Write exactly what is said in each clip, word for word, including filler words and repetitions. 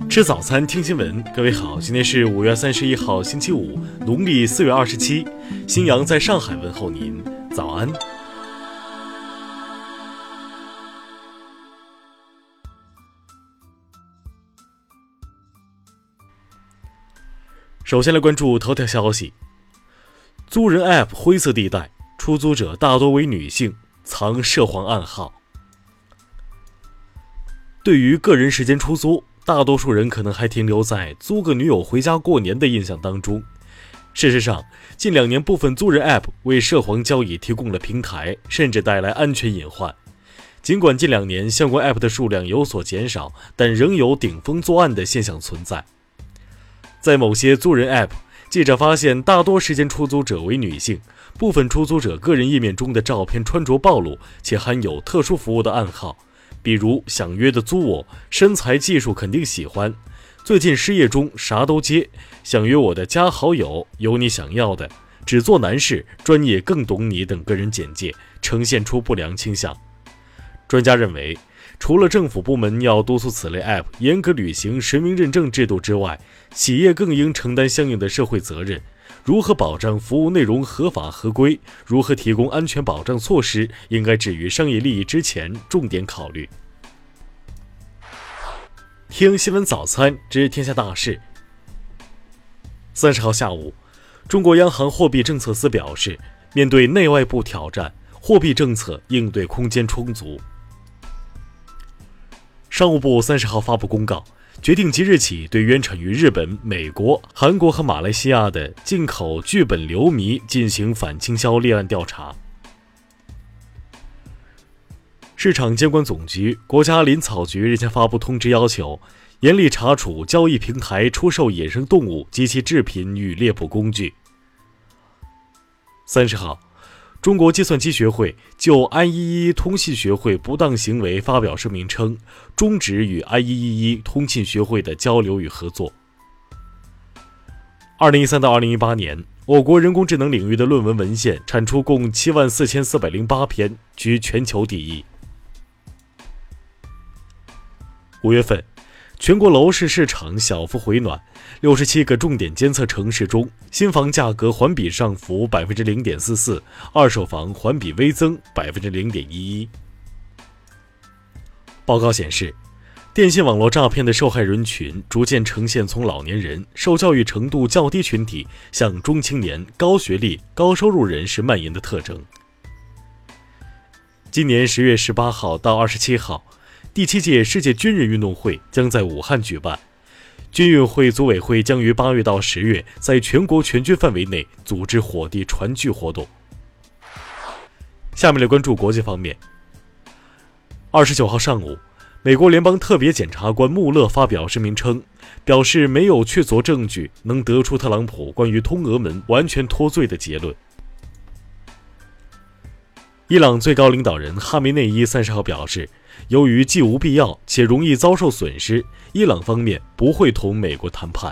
吃早餐，听新闻。各位好，今天是五月三十一号，星期五，农历四月二十七。新阳在上海问候您，早安。首先来关注头条消息：租人 App 灰色地带，出租者大多为女性，藏涉黄暗号。对于个人时间出租，大多数人可能还停留在租个女友回家过年的印象当中。事实上，近两年部分租人 App 为涉黄交易提供了平台，甚至带来安全隐患。尽管近两年相关 App 的数量有所减少，但仍有顶风作案的现象存在。在某些租人 App， 记者发现大多时间出租者为女性，部分出租者个人页面中的照片穿着暴露，且含有特殊服务的暗号，比如想约的租我，身材技术肯定喜欢，最近失业中啥都接，想约我的加好友，有你想要的，只做男士，专业更懂你等个人简介，呈现出不良倾向。专家认为，除了政府部门要督促此类 App 严格履行实名认证制度之外，企业更应承担相应的社会责任。如何保障服务内容合法合规，如何提供安全保障措施，应该置于商业利益之前，重点考虑。听新闻早餐知天下大事。三十号下午，中国央行货币政策司表示，面对内外部挑战，货币政策应对空间充足。商务部三十号发布公告，决定即日起对原产于日本、美国、韩国和马来西亚的进口聚苯硫醚进行反倾销立案调查。市场监管总局、国家林草局日前发布通知，要求严厉查处交易平台出售野生动物及其制品与猎捕工具。三十号，中国计算机学会就 I 一一 通信学会不当行为发表声明称，终止与 I 一一 通信学会的交流与合作。二零一三到二零一八年，我国人工智能领域的论文文献产出共七万四千四百零八篇，居全球第一。五月份，全国楼市市场小幅回暖，六十七个重点监测城市中，新房价格环比上浮 百分之零点四四， 二手房环比微增 百分之零点一一。报告显示，电信网络诈骗的受害人群逐渐呈现从老年人、受教育程度较低群体向中青年、高学历、高收入人士蔓延的特征。今年十月十八号到二十七号，第七届世界军人运动会将在武汉举办，军运会组委会将于八月到十月在全国全军范围内组织火地传炬活动。下面来关注国际方面。二十九号上午，美国联邦特别检察官穆勒发表声明称，表示没有确凿证据能得出特朗普关于通俄门完全脱罪的结论。伊朗最高领导人哈梅内伊三十号表示，由于既无必要且容易遭受损失，伊朗方面不会同美国谈判。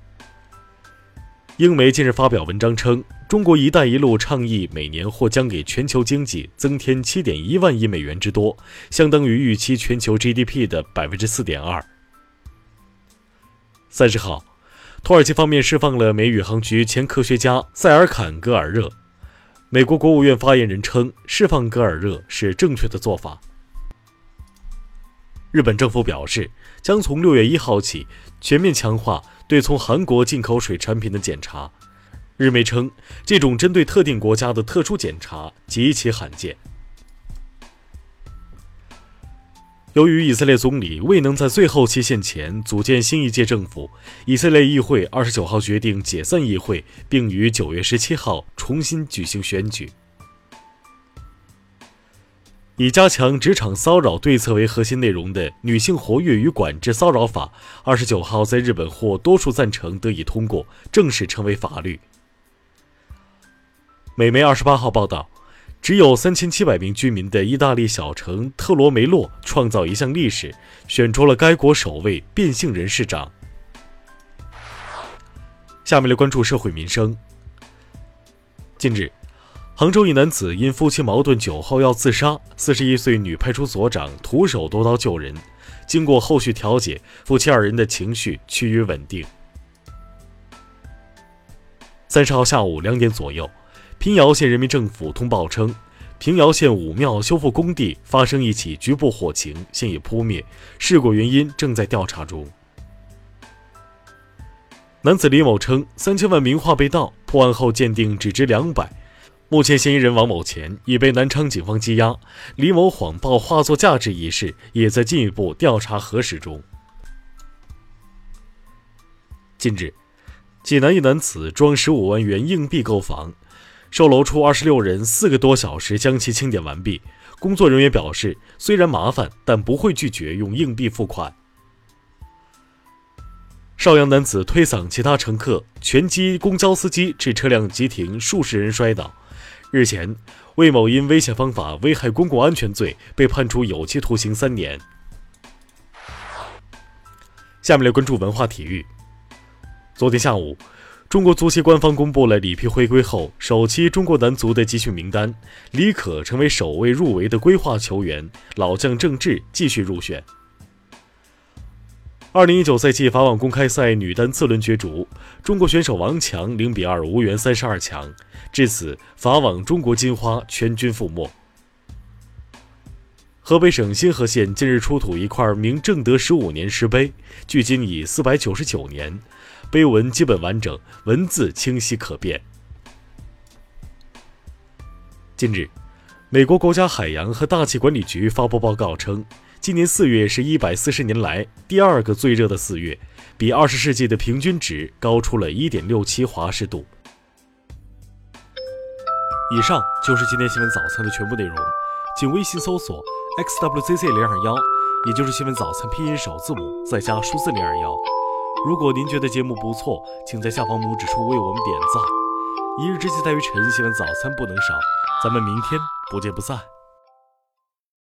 英媒近日发表文章称，中国“一带一路”倡议每年或将给全球经济增添 七点一万亿美元之多，相当于预期全球 G D P 的 百分之四点二。三十号，土耳其方面释放了美宇航局前科学家塞尔坎·格尔热。美国国务院发言人称，释放格尔热是正确的做法。日本政府表示，将从六月一号起全面强化对从韩国进口水产品的检查。日媒称，这种针对特定国家的特殊检查极其罕见。由于以色列总理未能在最后期限前组建新一届政府，以色列议会二十九号决定解散议会，并于九月十七号重新举行选举。以加强职场骚扰对策为核心内容的《女性活跃与管制骚扰法》二十九号在日本获多数赞成得以通过，正式成为法律。美媒二十八号报道，只有三千七百名居民的意大利小城特罗梅洛创造一项历史，选出了该国首位变性人市长。下面来关注社会民生。近日， 杭州一男子因夫妻矛盾酒后要自杀，四十一岁女派出所长徒手夺刀救人，经过后续调解，夫妻二人的情绪趋于稳定。三十号下午两点左右，平遥县人民政府通报称，平遥县武庙修复工地发生一起局部火情，现已扑灭，事故原因正在调查中。男子李某称，三千万名画被盗，破案后鉴定只值两百。目前嫌疑人王某前已被南昌警方羁押，李某谎报画作价值一事也在进一步调查核实中。近日，济南一男子装十五万元硬币购房，售楼处二十六人四个多小时将其清点完毕。工作人员表示，虽然麻烦，但不会拒绝用硬币付款。邵阳男子推搡其他乘客，拳击公交司机致车辆急停，数十人摔倒。日前，魏某因危险方法危害公共安全罪被判处有期徒刑三年。下面来关注文化体育。昨天下午，中国足协官方公布了里皮回归后首期中国男足的集训名单，李可成为首位入围的归化球员，老将郑智继续入选。二零一九赛季法网公开赛女单次轮角逐，中国选手王强零比二无缘三十二强，至此法网中国金花全军覆没。河北省新河县近日出土一块明正德十五年石碑，距今已四百九十九年，碑文基本完整，文字清晰可辨。近日，美国国家海洋和大气管理局发布报告称，今年四月是一百四十年来第二个最热的四月，比二十世纪的平均值高出了 一点六七华氏度。以上就是今天新闻早餐的全部内容，请微信搜索 X W Z Z 零二一，也就是新闻早餐拼音首字母再加数字零二一。如果您觉得节目不错，请在下方拇指处为我们点赞。一日之计在于晨，新闻早餐不能少，咱们明天不见不散。